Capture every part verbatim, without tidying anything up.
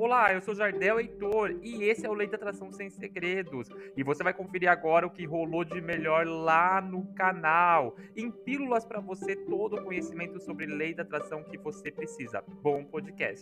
Olá, eu sou Jardel Heitor e esse é o Lei da Atração Sem Segredos. E você vai conferir agora o que rolou de melhor lá no canal. Em pílulas para você todo o conhecimento sobre Lei da Atração que você precisa. Bom podcast.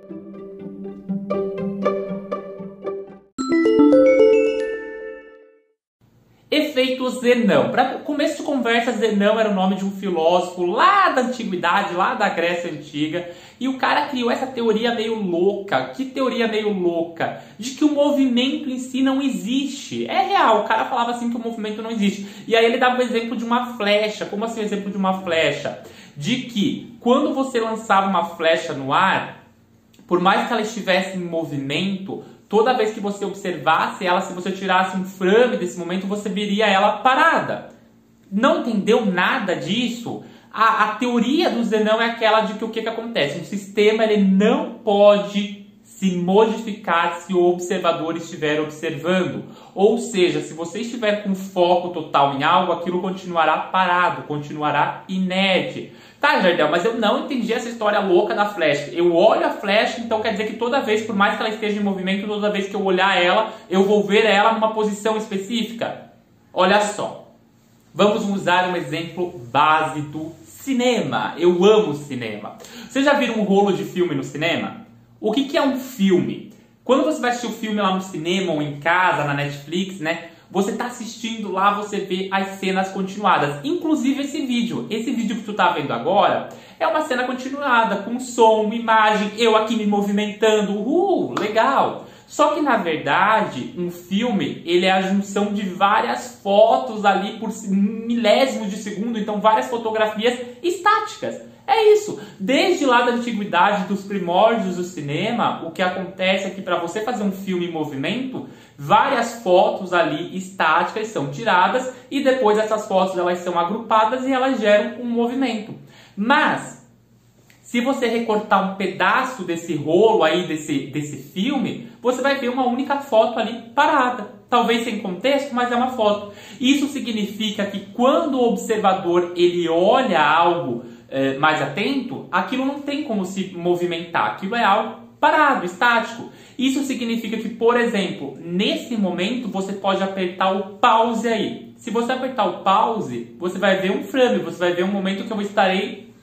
Efeito Zenão. Para começo de conversa, Zenão era o nome de um filósofo lá da antiguidade, lá da Grécia Antiga. E o cara criou essa teoria meio louca. Que teoria meio louca? De que o movimento em si não existe. É real, o cara falava assim que o movimento não existe. E aí ele dava o exemplo de uma flecha. Como assim o exemplo de uma flecha? De que quando você lançava uma flecha no ar, por mais que ela estivesse em movimento, toda vez que você observasse ela, se você tirasse um frame desse momento, você veria ela parada. Não entendeu nada disso? A, a teoria do Zenão é aquela de que o que, que acontece? Um sistema ele não pode se modificar se o observador estiver observando. Ou seja, se você estiver com foco total em algo, aquilo continuará parado, continuará inerte. Tá, Jardel, mas eu não entendi essa história louca da flecha. Eu olho a flecha, então quer dizer que toda vez, por mais que ela esteja em movimento, toda vez que eu olhar ela, eu vou ver ela numa posição específica? Olha só. Vamos usar um exemplo base do cinema. Eu amo cinema. Vocês já viram um rolo de filme no cinema? O que, que é um filme? Quando você vai assistir o filme lá no cinema ou em casa, na Netflix, né? Você está assistindo lá, você vê as cenas continuadas. Inclusive esse vídeo. Esse vídeo que tu tá vendo agora é uma cena continuada, com som, imagem, eu aqui me movimentando. Uhul, legal! Só que, na verdade, um filme, ele é a junção de várias fotos ali por milésimos de segundo. Então, várias fotografias estáticas. É isso. Desde lá da antiguidade, dos primórdios do cinema, o que acontece é que para você fazer um filme em movimento, várias fotos ali estáticas são tiradas e depois essas fotos elas são agrupadas e elas geram um movimento. Mas, se você recortar um pedaço desse rolo aí, desse, desse filme, você vai ver uma única foto ali parada. Talvez sem contexto, mas é uma foto. Isso significa que quando o observador ele olha algo é, mais atento, aquilo não tem como se movimentar. Aquilo é algo parado, estático. Isso significa que, por exemplo, nesse momento você pode apertar o pause aí. Se você apertar o pause, você vai ver um frame, você vai ver um momento que eu estarei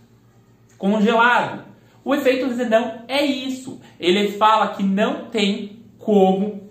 congelado. O efeito Zenão é isso. Ele fala que não tem como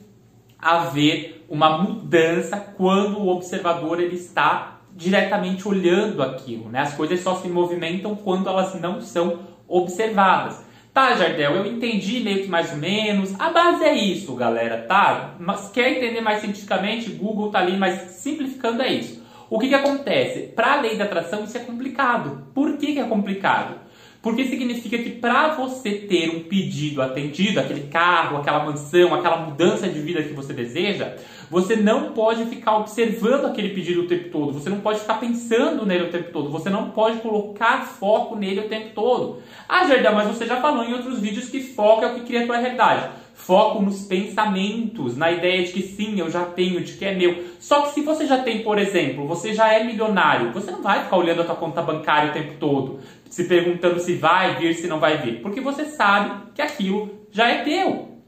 haver uma mudança quando o observador ele está diretamente olhando aquilo, né? As coisas só se movimentam quando elas não são observadas. Tá, Jardel, eu entendi meio que mais ou menos. A base é isso, galera, tá? Mas quer entender mais cientificamente? Google tá ali, mas simplificando é isso. O que que acontece? Para a lei da atração isso é complicado. Por que que é complicado? Porque significa que para você ter um pedido atendido, aquele carro, aquela mansão, aquela mudança de vida que você deseja, você não pode ficar observando aquele pedido o tempo todo. Você não pode ficar pensando nele o tempo todo. Você não pode colocar foco nele o tempo todo. Ah, Jardel, mas você já falou em outros vídeos que foco é o que cria a tua realidade. Foco nos pensamentos, na ideia de que sim, eu já tenho, de que é meu. Só que se você já tem, por exemplo, você já é milionário, você não vai ficar olhando a tua conta bancária o tempo todo, se perguntando se vai vir, se não vai vir, porque você sabe que aquilo já é teu.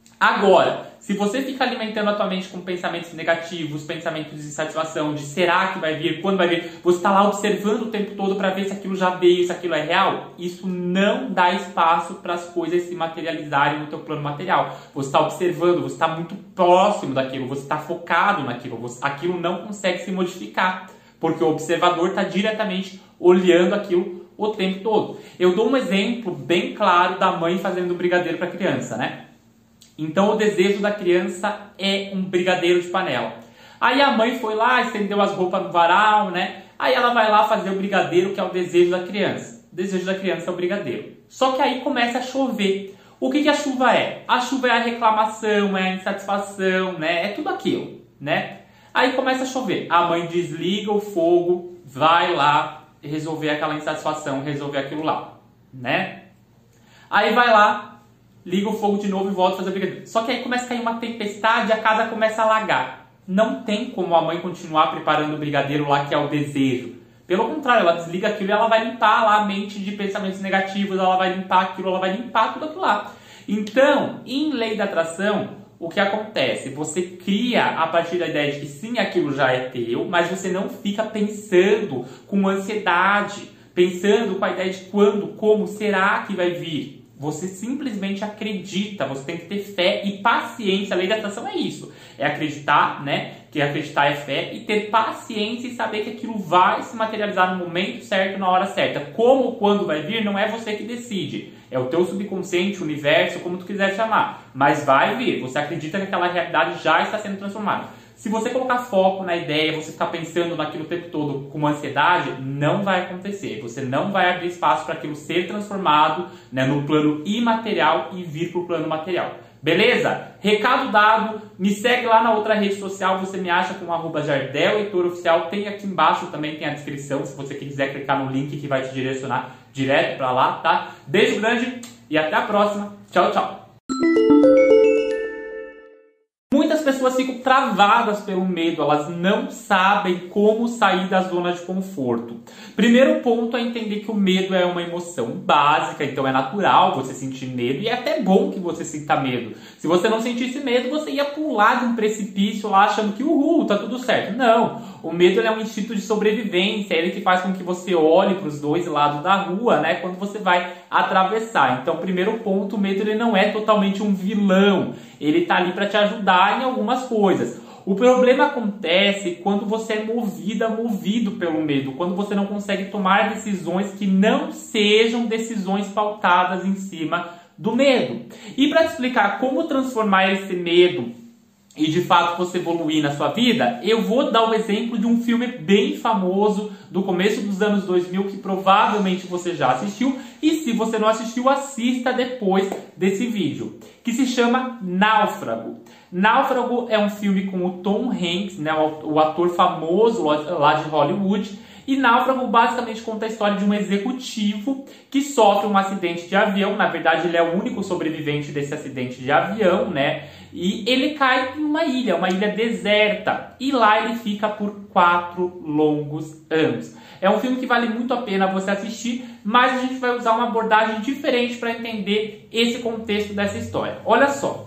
Agora, se você fica alimentando a tua mente com pensamentos negativos, pensamentos de insatisfação, de será que vai vir, quando vai vir, você está lá observando o tempo todo para ver se aquilo já veio, se aquilo é real, isso não dá espaço para as coisas se materializarem no teu plano material. Você está observando, você está muito próximo daquilo, você está focado naquilo, você, aquilo não consegue se modificar, porque o observador está diretamente olhando aquilo o tempo todo. Eu dou um exemplo bem claro da mãe fazendo brigadeiro para a criança, né? Então o desejo da criança é um brigadeiro de panela. Aí a mãe foi lá, estendeu as roupas no varal, né? Aí ela vai lá fazer o brigadeiro, que é o desejo da criança. O desejo da criança é o brigadeiro. Só que aí começa a chover. O que que a chuva é? A chuva é a reclamação, é a insatisfação, né? É tudo aquilo, né? Aí começa a chover. A mãe desliga o fogo, vai lá resolver aquela insatisfação, resolver aquilo lá, né? Aí vai lá, liga o fogo de novo e volta a fazer o brigadeiro. Só que aí começa a cair uma tempestade e a casa começa a alagar. Não tem como a mãe continuar preparando o brigadeiro lá, que é o desejo. Pelo contrário, ela desliga aquilo e ela vai limpar lá a mente de pensamentos negativos, ela vai limpar aquilo, ela vai limpar tudo aquilo lá. Então, em lei da atração, o que acontece? Você cria a partir da ideia de que sim, aquilo já é teu, mas você não fica pensando com ansiedade, pensando com a ideia de quando, como, será que vai vir. Você simplesmente acredita, você tem que ter fé e paciência. A lei da atração é isso, é acreditar, né? Que acreditar é fé e ter paciência e saber que aquilo vai se materializar no momento certo, na hora certa. Como, quando vai vir, não é você que decide. É o teu subconsciente, o universo, como tu quiser chamar. Mas vai vir, você acredita que aquela realidade já está sendo transformada. Se você colocar foco na ideia, você ficar pensando naquilo o tempo todo com ansiedade, não vai acontecer. Você não vai abrir espaço para aquilo ser transformado, né, no plano imaterial e vir para o plano material. Beleza? Recado dado, me segue lá na outra rede social, você me acha com arroba Jardel Heitor Oficial, tem aqui embaixo também, tem a descrição, se você quiser clicar no link que vai te direcionar direto para lá, tá? Beijo grande e até a próxima. Tchau, tchau. Muitas pessoas ficam travadas pelo medo, elas não sabem como sair da zona de conforto. Primeiro ponto é entender que o medo é uma emoção básica, então é natural você sentir medo e é até bom que você sinta medo. Se você não sentisse medo, você ia pular de um precipício lá achando que uhul, tá tudo certo. Não, o medo é um instinto de sobrevivência, é ele que faz com que você olhe para os dois lados da rua, né, quando você vai atravessar. Então, primeiro ponto, o medo ele não é totalmente um vilão, ele tá ali para te ajudar em algumas coisas. O problema acontece quando você é movida, movido pelo medo, quando você não consegue tomar decisões que não sejam decisões pautadas em cima do medo. E para te explicar como transformar esse medo e de fato você evoluir na sua vida, eu vou dar o exemplo de um filme bem famoso do começo dos anos dois mil que provavelmente você já assistiu, e se você não assistiu, assista depois desse vídeo, que se chama Náufrago. Náufrago é um filme com o Tom Hanks, né, o ator famoso lá de Hollywood, e Náufrago basicamente conta a história de um executivo que sofre um acidente de avião. Na verdade, ele é o único sobrevivente desse acidente de avião, né? E ele cai em uma ilha, uma ilha deserta. E lá ele fica por quatro longos anos. É um filme que vale muito a pena você assistir, mas a gente vai usar uma abordagem diferente para entender esse contexto dessa história. Olha só.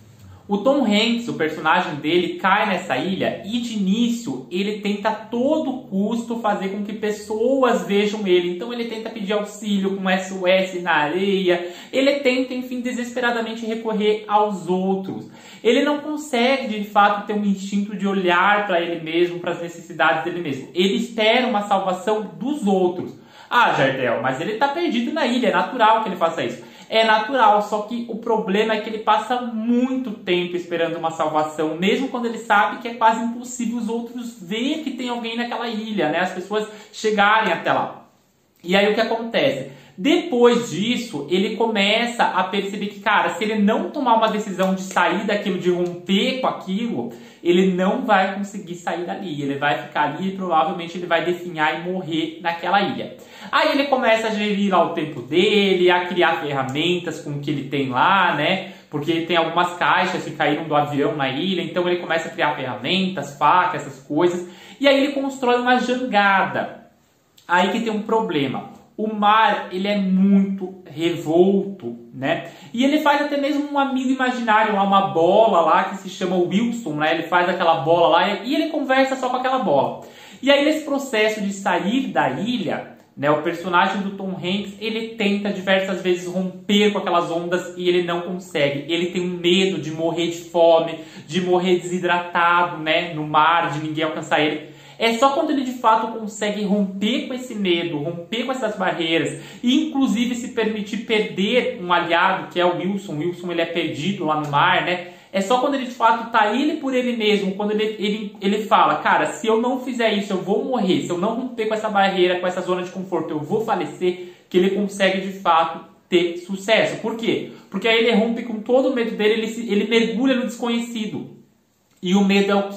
O Tom Hanks, o personagem dele, cai nessa ilha e de início ele tenta a todo custo fazer com que pessoas vejam ele. Então ele tenta pedir auxílio com S O S na areia, ele tenta, enfim, desesperadamente recorrer aos outros. Ele não consegue, de fato, ter um instinto de olhar para ele mesmo, para as necessidades dele mesmo. Ele espera uma salvação dos outros. Ah, Jardel, mas ele está perdido na ilha, é natural que ele faça isso. É natural, só que o problema é que ele passa muito tempo esperando uma salvação, mesmo quando ele sabe que é quase impossível os outros ver que tem alguém naquela ilha, né? As pessoas chegarem até lá. E aí o que acontece? Depois disso, ele começa a perceber que, cara, se ele não tomar uma decisão de sair daquilo, de romper com aquilo, ele não vai conseguir sair dali. Ele vai ficar ali e provavelmente ele vai definhar e morrer naquela ilha. Aí ele começa a gerir lá o tempo dele, a criar ferramentas com o que ele tem lá, né? Porque ele tem algumas caixas que caíram do avião na ilha, então ele começa a criar ferramentas, facas, essas coisas. E aí ele constrói uma jangada. Aí que tem um problema. O mar, ele é muito revolto, né? E ele faz até mesmo um amigo imaginário, uma bola lá que se chama Wilson, né? Ele faz aquela bola lá e ele conversa só com aquela bola. E aí nesse processo de sair da ilha, né, o personagem do Tom Hanks, ele tenta diversas vezes romper com aquelas ondas e ele não consegue. Ele tem um medo de morrer de fome, de morrer desidratado, né, no mar, de ninguém alcançar ele. É só quando ele de fato consegue romper com esse medo, romper com essas barreiras e inclusive se permitir perder um aliado, que é o Wilson. O Wilson ele é perdido lá no mar, né? É só quando ele de fato tá ele por ele mesmo, quando ele, ele, ele fala, cara, se eu não fizer isso, eu vou morrer. Se eu não romper com essa barreira, com essa zona de conforto, eu vou falecer, que ele consegue de fato ter sucesso. Por quê? Porque aí ele rompe com todo o medo dele, ele, se, ele mergulha no desconhecido. E o medo é o quê?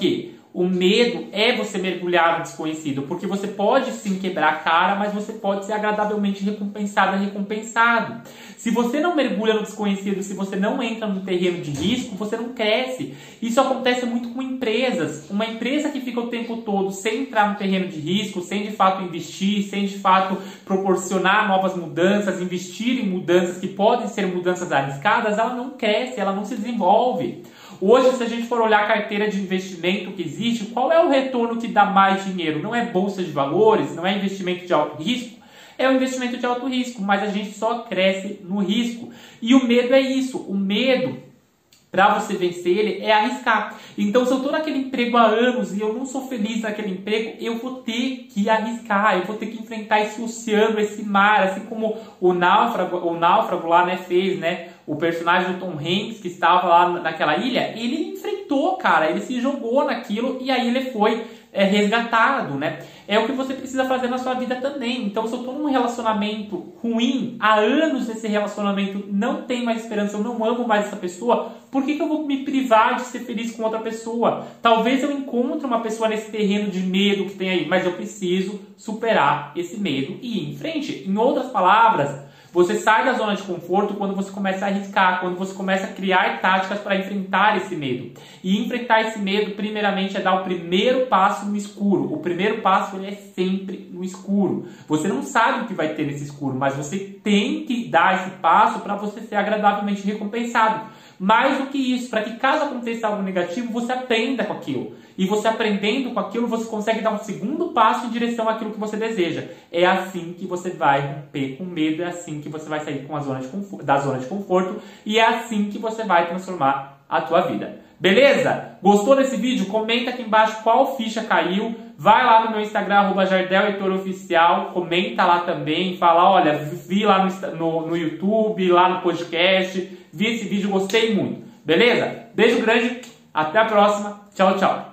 O medo é você mergulhar no desconhecido, porque você pode sim quebrar a cara, mas você pode ser agradavelmente recompensado e recompensado. Se você não mergulha no desconhecido, se você não entra no terreno de risco, você não cresce. Isso acontece muito com empresas. Uma empresa que fica o tempo todo sem entrar no terreno de risco, sem de fato investir, sem de fato proporcionar novas mudanças, investir em mudanças que podem ser mudanças arriscadas, ela não cresce, ela não se desenvolve. Hoje, se a gente for olhar a carteira de investimento que existe, qual é o retorno que dá mais dinheiro? Não é bolsa de valores, não é investimento de alto risco, é um investimento de alto risco, mas a gente só cresce no risco. E o medo é isso, o medo, para você vencer ele, é arriscar. Então, se eu estou naquele emprego há anos e eu não sou feliz naquele emprego, eu vou ter que arriscar, eu vou ter que enfrentar esse oceano, esse mar, assim como o náufrago, o náufrago lá, né, fez, né? O personagem do Tom Hanks, que estava lá naquela ilha, ele enfrentou, cara, ele se jogou naquilo e aí ele foi é, resgatado, né? É o que você precisa fazer na sua vida também. Então, se eu estou num relacionamento ruim, há anos nesse relacionamento, não tem mais esperança, eu não amo mais essa pessoa, por que que eu vou me privar de ser feliz com outra pessoa? Talvez eu encontre uma pessoa nesse terreno de medo que tem aí, mas eu preciso superar esse medo e ir em frente. Em outras palavras, você sai da zona de conforto quando você começa a arriscar, quando você começa a criar táticas para enfrentar esse medo. E enfrentar esse medo, primeiramente, é dar o primeiro passo no escuro. O primeiro passo ele é sempre no escuro. Você não sabe o que vai ter nesse escuro, mas você tem que dar esse passo para você ser agradavelmente recompensado. Mais do que isso, para que caso aconteça algo negativo, você aprenda com aquilo. E você aprendendo com aquilo, você consegue dar um segundo passo em direção àquilo que você deseja. É assim que você vai romper com medo, é assim que você vai sair com a zona de conforto, da zona de conforto e é assim que você vai transformar a tua vida. Beleza? Gostou desse vídeo? Comenta aqui embaixo qual ficha caiu. Vai lá no meu Instagram, arroba Jardel Heitor Oficial, comenta lá também, fala, olha, vi lá no, no, no YouTube, lá no podcast, vi esse vídeo, gostei muito. Beleza? Beijo grande, até a próxima, tchau, tchau.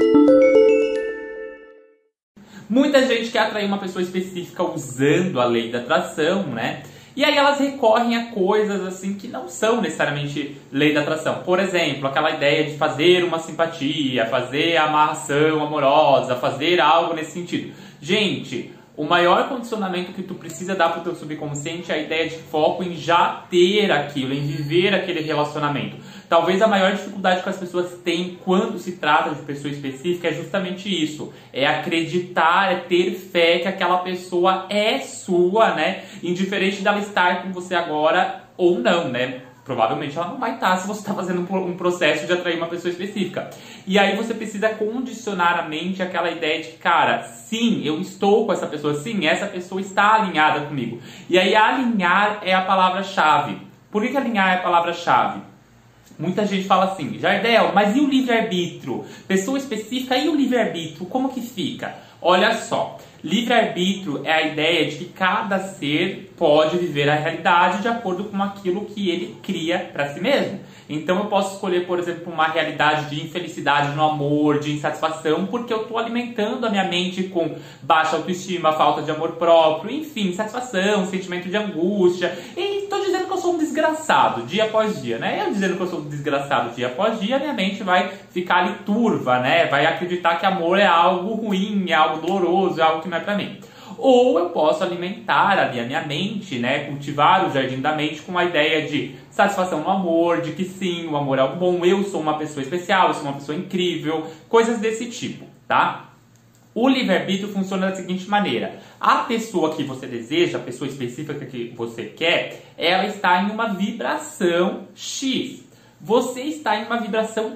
Muita gente quer atrair uma pessoa específica usando a lei da atração, né? E aí elas recorrem a coisas assim que não são necessariamente lei da atração. Por exemplo, aquela ideia de fazer uma simpatia, fazer a amarração amorosa, fazer algo nesse sentido. Gente, o maior condicionamento que tu precisa dar para o teu subconsciente é a ideia de foco em já ter aquilo, em viver aquele relacionamento. Talvez a maior dificuldade que as pessoas têm quando se trata de pessoa específica é justamente isso. É acreditar, é ter fé que aquela pessoa é sua, né? Indiferente dela estar com você agora ou não, né? Provavelmente ela não vai estar se você está fazendo um processo de atrair uma pessoa específica. E aí você precisa condicionar a mente àquela ideia de que, cara, sim, eu estou com essa pessoa, sim, essa pessoa está alinhada comigo. E aí alinhar é a palavra-chave. Por que que alinhar é a palavra-chave? Muita gente fala assim, Jardel, mas e o livre-arbítrio? Pessoa específica, e o livre-arbítrio? Como que fica? Olha só, livre-arbítrio é a ideia de que cada ser pode viver a realidade de acordo com aquilo que ele cria para si mesmo. Então eu posso escolher, por exemplo, uma realidade de infelicidade no amor, de insatisfação, porque eu estou alimentando a minha mente com baixa autoestima, falta de amor próprio, enfim, insatisfação, sentimento de angústia. E estou dizendo que eu sou um desgraçado dia após dia, né? Eu dizendo que eu sou um desgraçado dia após dia, minha mente vai ficar ali turva, né? Vai acreditar que amor é algo ruim, é algo doloroso, é algo que não é para mim. Ou eu posso alimentar ali a minha mente, né? Cultivar o jardim da mente com a ideia de satisfação no amor, de que sim, o amor é algo bom, eu sou uma pessoa especial, eu sou uma pessoa incrível, coisas desse tipo, tá? O livre-arbítrio funciona da seguinte maneira. A pessoa que você deseja, a pessoa específica que você quer, ela está em uma vibração X. Você está em uma vibração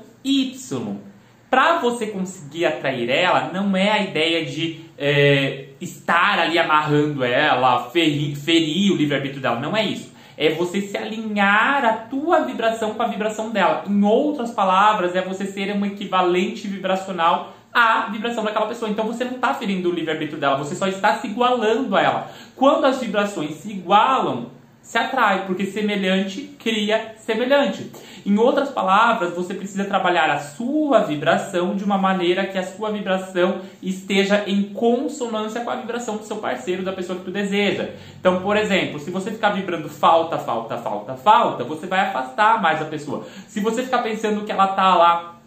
Y. Para você conseguir atrair ela, não é a ideia de é, estar ali amarrando ela, ferir, ferir o livre-arbítrio dela, não é isso. É você se alinhar a tua vibração com a vibração dela. Em outras palavras, é você ser um equivalente vibracional à vibração daquela pessoa. Então você não está ferindo o livre-arbítrio dela, você só está se igualando a ela. Quando as vibrações se igualam, se atrai, porque semelhante cria semelhante. Em outras palavras, você precisa trabalhar a sua vibração de uma maneira que a sua vibração esteja em consonância com a vibração do seu parceiro, da pessoa que tu deseja. Então, por exemplo, se você ficar vibrando falta, falta, falta, falta, você vai afastar mais a pessoa. Se você ficar pensando que ela tá lá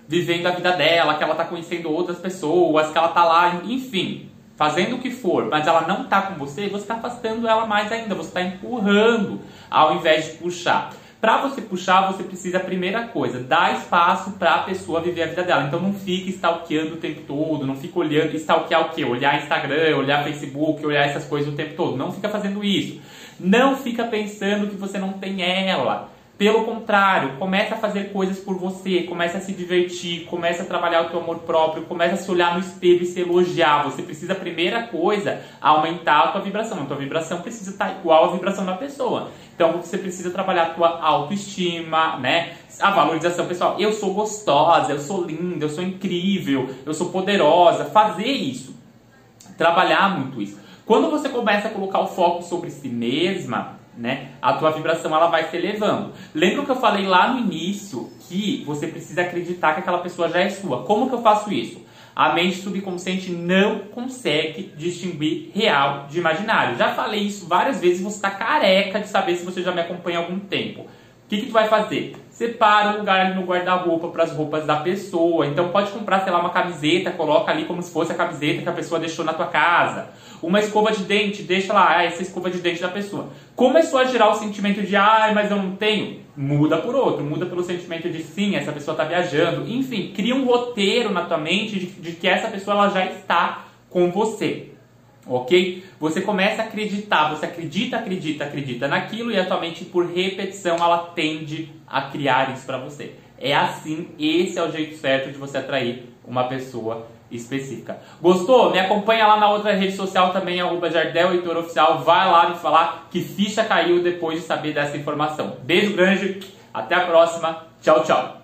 vivendo a vida dela, que ela tá conhecendo outras pessoas, que ela tá lá, enfim, fazendo o que for, mas ela não tá com você, você tá afastando ela mais ainda, você tá empurrando ao invés de puxar. Para você puxar, você precisa, primeira coisa, dar espaço para a pessoa viver a vida dela. Então não fique stalkeando o tempo todo, não fique olhando, stalkear o quê? Olhar Instagram, olhar Facebook, olhar essas coisas o tempo todo. Não fica fazendo isso. Não fica pensando que você não tem ela. Pelo contrário, começa a fazer coisas por você, começa a se divertir, começa a trabalhar o teu amor próprio, começa a se olhar no espelho e se elogiar. Você precisa, primeira coisa, aumentar a tua vibração. A tua vibração precisa estar igual à vibração da pessoa. Então você precisa trabalhar a tua autoestima, né? A valorização pessoal. Eu sou gostosa, eu sou linda, eu sou incrível, eu sou poderosa. Fazer isso. Trabalhar muito isso. Quando você começa a colocar o foco sobre si mesma, né, a tua vibração ela vai se elevando. Lembra que eu falei lá no início que você precisa acreditar que aquela pessoa já é sua. Como que eu faço isso? A mente subconsciente não consegue distinguir real de imaginário. Já falei isso várias vezes, você está careca de saber se você já me acompanha há algum tempo. O que, que tu vai fazer? Separa um lugar ali no guarda-roupa para as roupas da pessoa. Então pode comprar, sei lá, uma camiseta, coloca ali como se fosse a camiseta que a pessoa deixou na tua casa. Uma escova de dente, deixa lá, ah, essa escova de dente da pessoa. Começou a gerar o sentimento de, ai, mas eu não tenho. Muda por outro, muda pelo sentimento de sim, essa pessoa está viajando. Enfim, cria um roteiro na tua mente de, de que essa pessoa ela já está com você. Ok? Você começa a acreditar, você acredita, acredita, acredita naquilo e a tua mente, por repetição, ela tende a criar isso para você. É assim, esse é o jeito certo de você atrair uma pessoa específica. Gostou? Me acompanha lá na outra rede social também, arroba Jardel Heitor Oficial. Vai lá me falar que ficha caiu depois de saber dessa informação. Beijo grande, até a próxima. Tchau, tchau.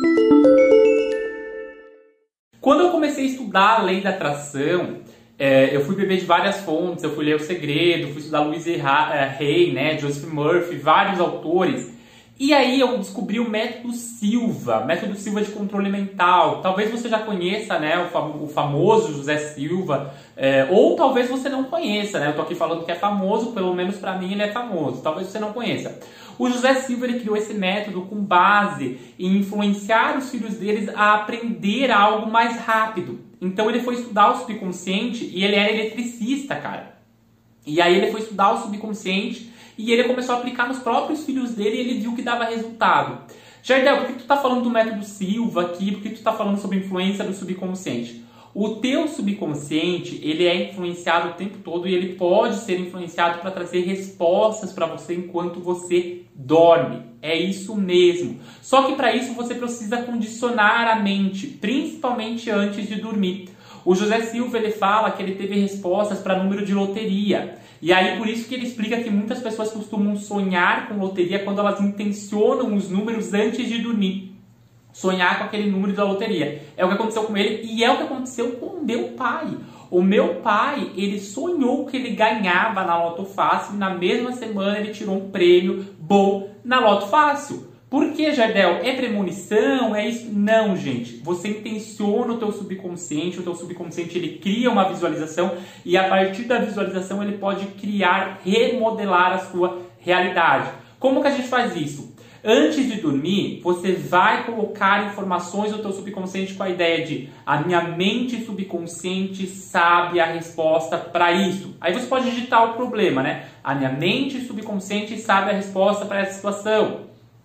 Quando eu comecei a estudar a lei da atração, É, eu fui beber de várias fontes, eu fui ler O Segredo, fui estudar Louise Hay, né, Joseph Murphy, vários autores. E aí eu descobri o método Silva, método Silva de controle mental. Talvez você já conheça, né, o, fam o famoso José Silva, é, ou talvez você não conheça, né? Eu tô aqui falando que é famoso, pelo menos para mim ele é famoso. Talvez você não conheça. O José Silva ele criou esse método com base em influenciar os filhos deles a aprender algo mais rápido. Então ele foi estudar o subconsciente e ele era eletricista, cara. E aí ele foi estudar o subconsciente e ele começou a aplicar nos próprios filhos dele e ele viu que dava resultado. Jardel, por que tu tá falando do método Silva aqui? Por que tu tá falando sobre influência do subconsciente? O teu subconsciente, ele é influenciado o tempo todo e ele pode ser influenciado para trazer respostas para você enquanto você dorme. É isso mesmo. Só que para isso você precisa condicionar a mente, principalmente antes de dormir. O José Silva ele fala que ele teve respostas para número de loteria. E aí por isso que ele explica que muitas pessoas costumam sonhar com loteria quando elas intencionam os números antes de dormir. Sonhar com aquele número da loteria. É o que aconteceu com ele e é o que aconteceu com o meu pai. O meu pai, ele sonhou que ele ganhava na Loto Fácil e na mesma semana ele tirou um prêmio bom na Loto Fácil. Por que, Jardel? É premonição? É isso? Não, gente. Você intenciona o teu subconsciente, o teu subconsciente ele cria uma visualização e a partir da visualização ele pode criar, remodelar a sua realidade. Como que a gente faz isso? Antes de dormir, você vai colocar informações no teu subconsciente com a ideia de a minha mente subconsciente sabe a resposta para isso. Aí você pode digitar o problema, né? A minha mente subconsciente sabe a resposta para essa situação.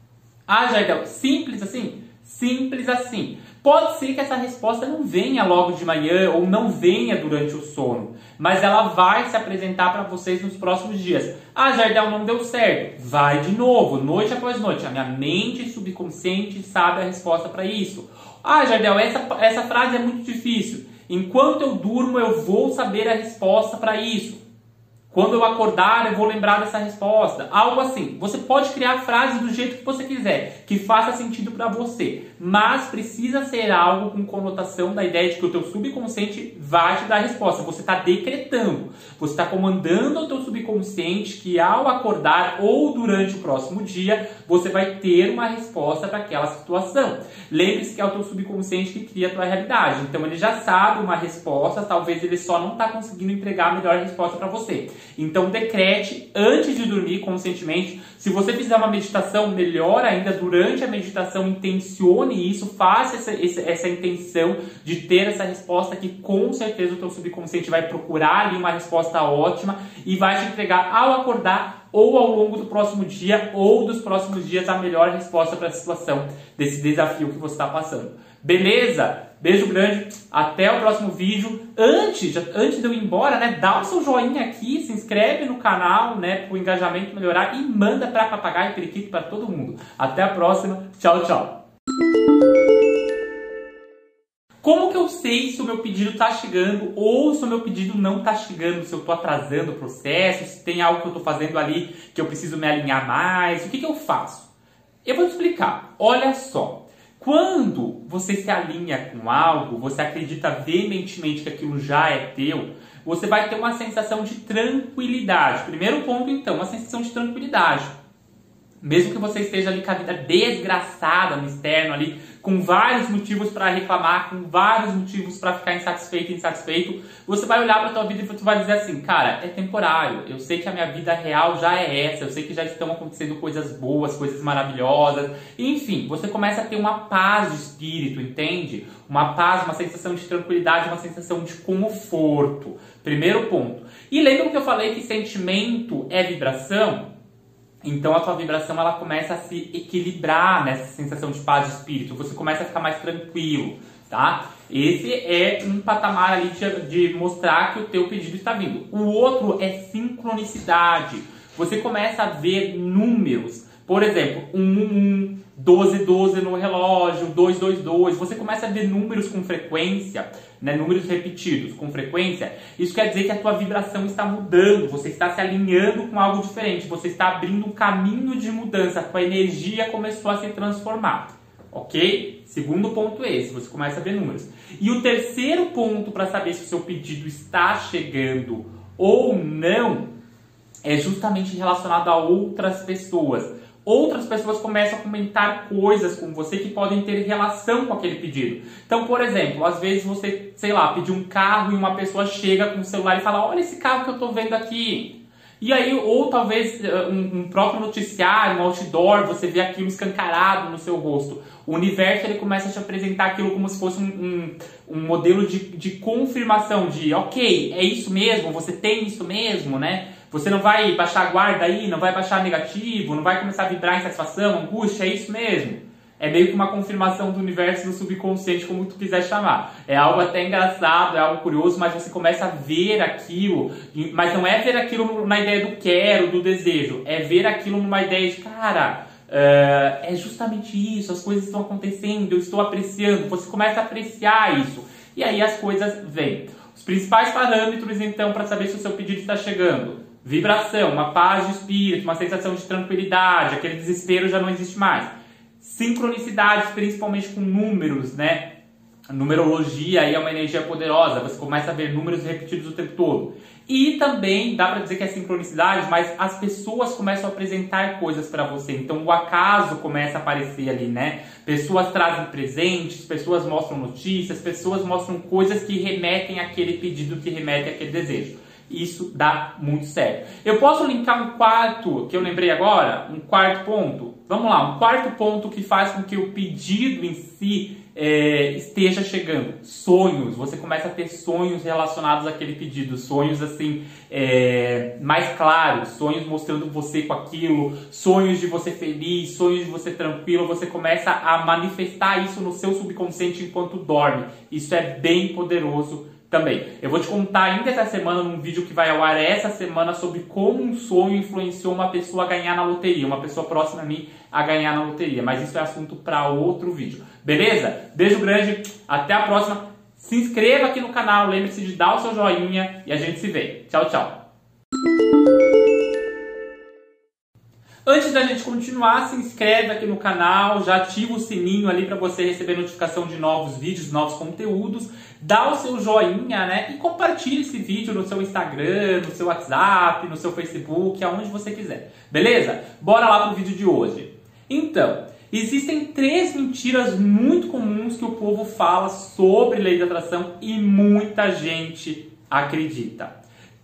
Ah, Jardel, simples assim? Simples assim. Pode ser que essa resposta não venha logo de manhã ou não venha durante o sono, mas ela vai se apresentar para vocês nos próximos dias. Ah, Jardel, não deu certo. Vai de novo, noite após noite. A minha mente subconsciente sabe a resposta para isso. Ah, Jardel, essa, essa frase é muito difícil. Enquanto eu durmo, eu vou saber a resposta para isso. Quando eu acordar, eu vou lembrar dessa resposta. Algo assim. Você pode criar frases do jeito que você quiser, que faça sentido para você. Mas precisa ser algo com conotação da ideia de que o teu subconsciente vai te dar a resposta. Você está decretando. Você está comandando o teu subconsciente que ao acordar ou durante o próximo dia, você vai ter uma resposta para aquela situação. Lembre-se que é o teu subconsciente que cria a tua realidade. Então ele já sabe uma resposta, talvez ele só não está conseguindo entregar a melhor resposta para você. Então decrete antes de dormir conscientemente. Se você fizer uma meditação, melhor ainda, durante a meditação, intencione isso, faça essa, essa, essa intenção de ter essa resposta que com certeza o teu subconsciente vai procurar ali uma resposta ótima e vai te entregar ao acordar ou ao longo do próximo dia ou dos próximos dias a melhor resposta para a situação desse desafio que você está passando. Beleza? Beijo grande, até o próximo vídeo. Antes, antes de eu ir embora, né, dá o seu joinha aqui, se inscreve no canal, né, para o engajamento melhorar e manda para papagaio e periquito para todo mundo. Até a próxima, tchau, tchau. Como que eu sei se o meu pedido está chegando ou se o meu pedido não está chegando, se eu estou atrasando o processo, se tem algo que eu estou fazendo ali que eu preciso me alinhar mais, o que que eu faço? Eu vou te explicar, olha só. Quando você se alinha com algo, você acredita veementemente que aquilo já é teu, você vai ter uma sensação de tranquilidade. Primeiro ponto, então, uma sensação de tranquilidade. Mesmo que você esteja ali com a vida desgraçada no externo, ali, com vários motivos para reclamar, com vários motivos para ficar insatisfeito e insatisfeito, você vai olhar para a tua vida e você vai dizer assim, cara, é temporário, eu sei que a minha vida real já é essa, eu sei que já estão acontecendo coisas boas, coisas maravilhosas, enfim, você começa a ter uma paz de espírito, entende? Uma paz, uma sensação de tranquilidade, uma sensação de conforto. Primeiro ponto. E lembra que eu falei que sentimento é vibração? Então a tua vibração ela começa a se equilibrar nessa sensação de paz de espírito. Você começa a ficar mais tranquilo, tá? Esse é um patamar ali de, de mostrar que o teu pedido está vindo. O outro é sincronicidade. Você começa a ver números. Por exemplo, um um um, doze doze no relógio, dois dois dois. Você começa a ver números com frequência, né? Números repetidos com frequência. Isso quer dizer que a tua vibração está mudando, você está se alinhando com algo diferente, você está abrindo um caminho de mudança, a tua energia começou a se transformar. Ok? Segundo ponto é esse, você começa a ver números. E o terceiro ponto para saber se o seu pedido está chegando ou não é justamente relacionado a outras pessoas. Outras pessoas começam a comentar coisas com você que podem ter relação com aquele pedido. Então, por exemplo, às vezes você, sei lá, pediu um carro e uma pessoa chega com o celular e fala, olha esse carro que eu estou vendo aqui. E aí, ou talvez um, um próprio noticiário, um outdoor, você vê aquilo escancarado no seu rosto. O universo ele começa a te apresentar aquilo como se fosse um, um, um modelo de, de confirmação de, ok, é isso mesmo, você tem isso mesmo, né? Você não vai baixar a guarda aí, não vai baixar negativo, não vai começar a vibrar insatisfação, angústia, é isso mesmo. É meio que uma confirmação do universo do subconsciente, como tu quiser chamar. É algo até engraçado, é algo curioso, mas você começa a ver aquilo, mas não é ver aquilo na ideia do quero, do desejo, é ver aquilo numa ideia de, cara, uh, é justamente isso, as coisas estão acontecendo, eu estou apreciando, você começa a apreciar isso, e aí as coisas vêm. Os principais parâmetros, então, para saber se o seu pedido está chegando. Vibração, uma paz de espírito, uma sensação de tranquilidade, aquele desespero já não existe mais. Sincronicidade, principalmente com números, né? A numerologia aí é uma energia poderosa, você começa a ver números repetidos o tempo todo. E também, dá para dizer que é sincronicidade, mas as pessoas começam a apresentar coisas para você. Então o acaso começa a aparecer ali, né? Pessoas trazem presentes, pessoas mostram notícias, pessoas mostram coisas que remetem àquele pedido, que remetem àquele desejo. Isso dá muito certo. Eu posso linkar um quarto, que eu lembrei agora, um quarto ponto. Vamos lá, um quarto ponto que faz com que o pedido em si é, esteja chegando. Sonhos. Você começa a ter sonhos relacionados àquele pedido. Sonhos assim, é, mais claros. Sonhos mostrando você com aquilo. Sonhos de você feliz. Sonhos de você tranquilo. Você começa a manifestar isso no seu subconsciente enquanto dorme. Isso é bem poderoso também. Eu vou te contar ainda essa semana, num vídeo que vai ao ar essa semana, sobre como um sonho influenciou uma pessoa a ganhar na loteria, uma pessoa próxima a mim a ganhar na loteria. Mas isso é assunto para outro vídeo. Beleza? Beijo grande, até a próxima. Se inscreva aqui no canal, lembre-se de dar o seu joinha e a gente se vê. Tchau, tchau. Antes da gente continuar, se inscreve aqui no canal, já ativa o sininho ali para você receber notificação de novos vídeos, novos conteúdos. Dá o seu joinha, né? E compartilhe esse vídeo no seu Instagram, no seu WhatsApp, no seu Facebook, aonde você quiser. Beleza? Bora lá pro vídeo de hoje. Então, existem três mentiras muito comuns que o povo fala sobre lei da atração e muita gente acredita.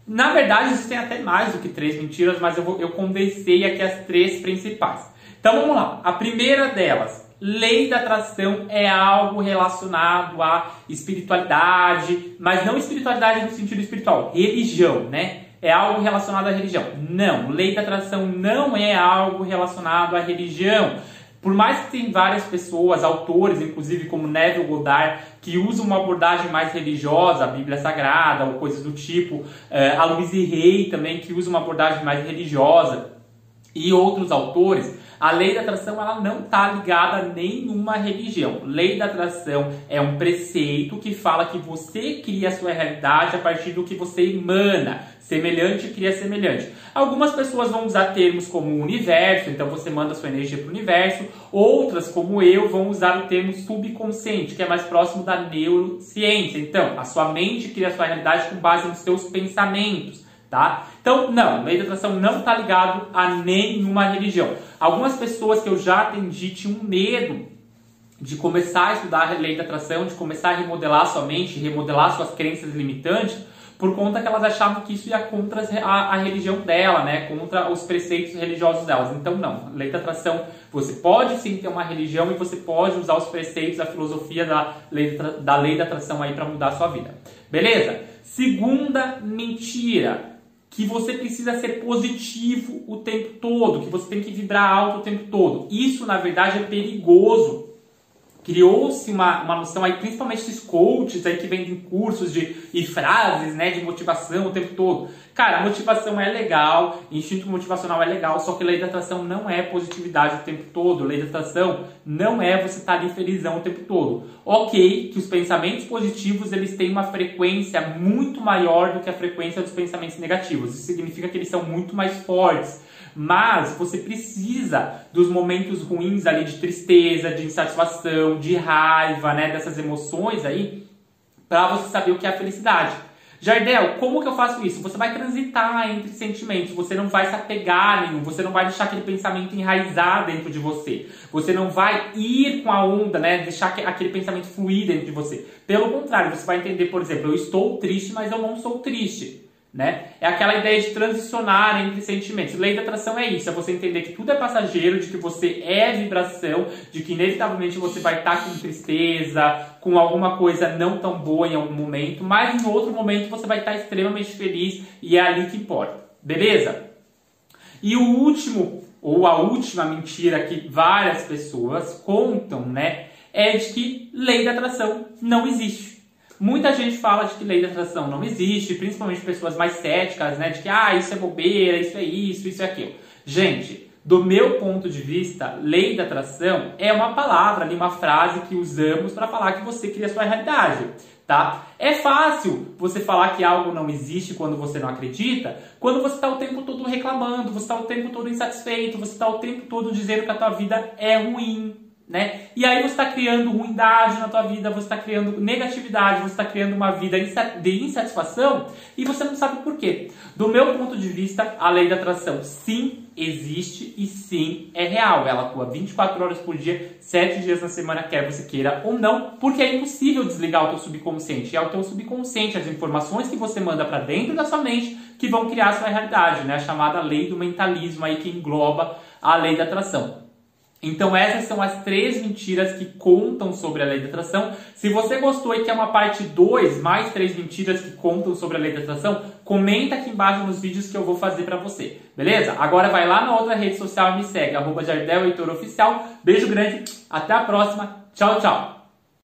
Na verdade, existem até mais do que três mentiras, mas eu, vou, eu condensei aqui as três principais. Então vamos lá. A primeira delas, lei da atração é algo relacionado à espiritualidade, mas não espiritualidade no sentido espiritual, religião, né? É algo relacionado à religião. Não, lei da atração não é algo relacionado à religião. Por mais que tem várias pessoas, autores, inclusive como Neville Goddard, que usam uma abordagem mais religiosa, a Bíblia Sagrada ou coisas do tipo, a Louise Hay também, que usa uma abordagem mais religiosa, e outros autores, a lei da atração ela não está ligada a nenhuma religião. Lei da atração é um preceito que fala que você cria a sua realidade a partir do que você emana. Semelhante cria semelhante. Algumas pessoas vão usar termos como universo, então você manda a sua energia para o universo. Outras, como eu, vão usar o termo subconsciente, que é mais próximo da neurociência. Então, a sua mente cria a sua realidade com base nos seus pensamentos. Tá? Então, não, lei da atração não está ligado a nenhuma religião. Algumas pessoas que eu já atendi tinham medo de começar a estudar a lei da atração, de começar a remodelar sua mente, remodelar suas crenças limitantes, por conta que elas achavam que isso ia contra a, a religião dela, né? Contra os preceitos religiosos delas. Então, não. Lei da atração, você pode sim ter uma religião e você pode usar os preceitos, a filosofia da lei da, da, lei da atração aí para mudar a sua vida. Beleza? Segunda mentira. Que você precisa ser positivo o tempo todo, que você tem que vibrar alto o tempo todo. Isso, na verdade, é perigoso. Criou-se uma, uma noção aí, principalmente esses coaches aí que vendem cursos de, e frases, né, de motivação o tempo todo. Cara, motivação é legal, instinto motivacional é legal, só que lei da atração não é positividade o tempo todo. Lei da atração não é você estar ali felizão o tempo todo. Ok, que os pensamentos positivos eles têm uma frequência muito maior do que a frequência dos pensamentos negativos. Isso significa que eles são muito mais fortes. Mas você precisa dos momentos ruins ali de tristeza, de insatisfação, de raiva, né, dessas emoções aí, para você saber o que é a felicidade. Jardel, como que eu faço isso? Você vai transitar entre sentimentos, você não vai se apegar a nenhum, você não vai deixar aquele pensamento enraizar dentro de você. Você não vai ir com a onda, né, deixar aquele pensamento fluir dentro de você. Pelo contrário, você vai entender, por exemplo, eu estou triste, mas eu não sou triste. Né? É aquela ideia de transicionar entre sentimentos. Lei da atração é isso, é você entender que tudo é passageiro, de que você é vibração, de que inevitavelmente você vai estar com tristeza, com alguma coisa não tão boa em algum momento, mas em outro momento você vai estar extremamente feliz e é ali que importa. Beleza? E o último, ou a última mentira que várias pessoas contam, né, é de que lei da atração não existe. Muita gente fala de que lei da atração não existe, principalmente pessoas mais céticas, né? De que, ah, isso é bobeira, isso é isso, isso é aquilo. Gente, do meu ponto de vista, lei da atração é uma palavra, ali, uma frase que usamos para falar que você cria a sua realidade, tá? É fácil você falar que algo não existe quando você não acredita, quando você está o tempo todo reclamando, você está o tempo todo insatisfeito, você está o tempo todo dizendo que a tua vida é ruim. Né? E aí você está criando ruindade na tua vida, você está criando negatividade, você está criando uma vida de insatisfação e você não sabe por quê. Do meu ponto de vista, a lei da atração sim existe e sim é real. Ela atua vinte e quatro horas por dia, sete dias na semana, quer você queira ou não, porque é impossível desligar o teu subconsciente. É o teu subconsciente, as informações que você manda para dentro da sua mente que vão criar a sua realidade, né? A chamada lei do mentalismo aí que engloba a lei da atração. Então essas são as três mentiras que contam sobre a lei da atração. Se você gostou e quer uma parte dois, mais três mentiras que contam sobre a lei da atração, comenta aqui embaixo nos vídeos que eu vou fazer pra você, beleza? Agora vai lá na outra rede social e me segue, arroba Jardel Heitor Oficial. Beijo grande, até a próxima, tchau, tchau!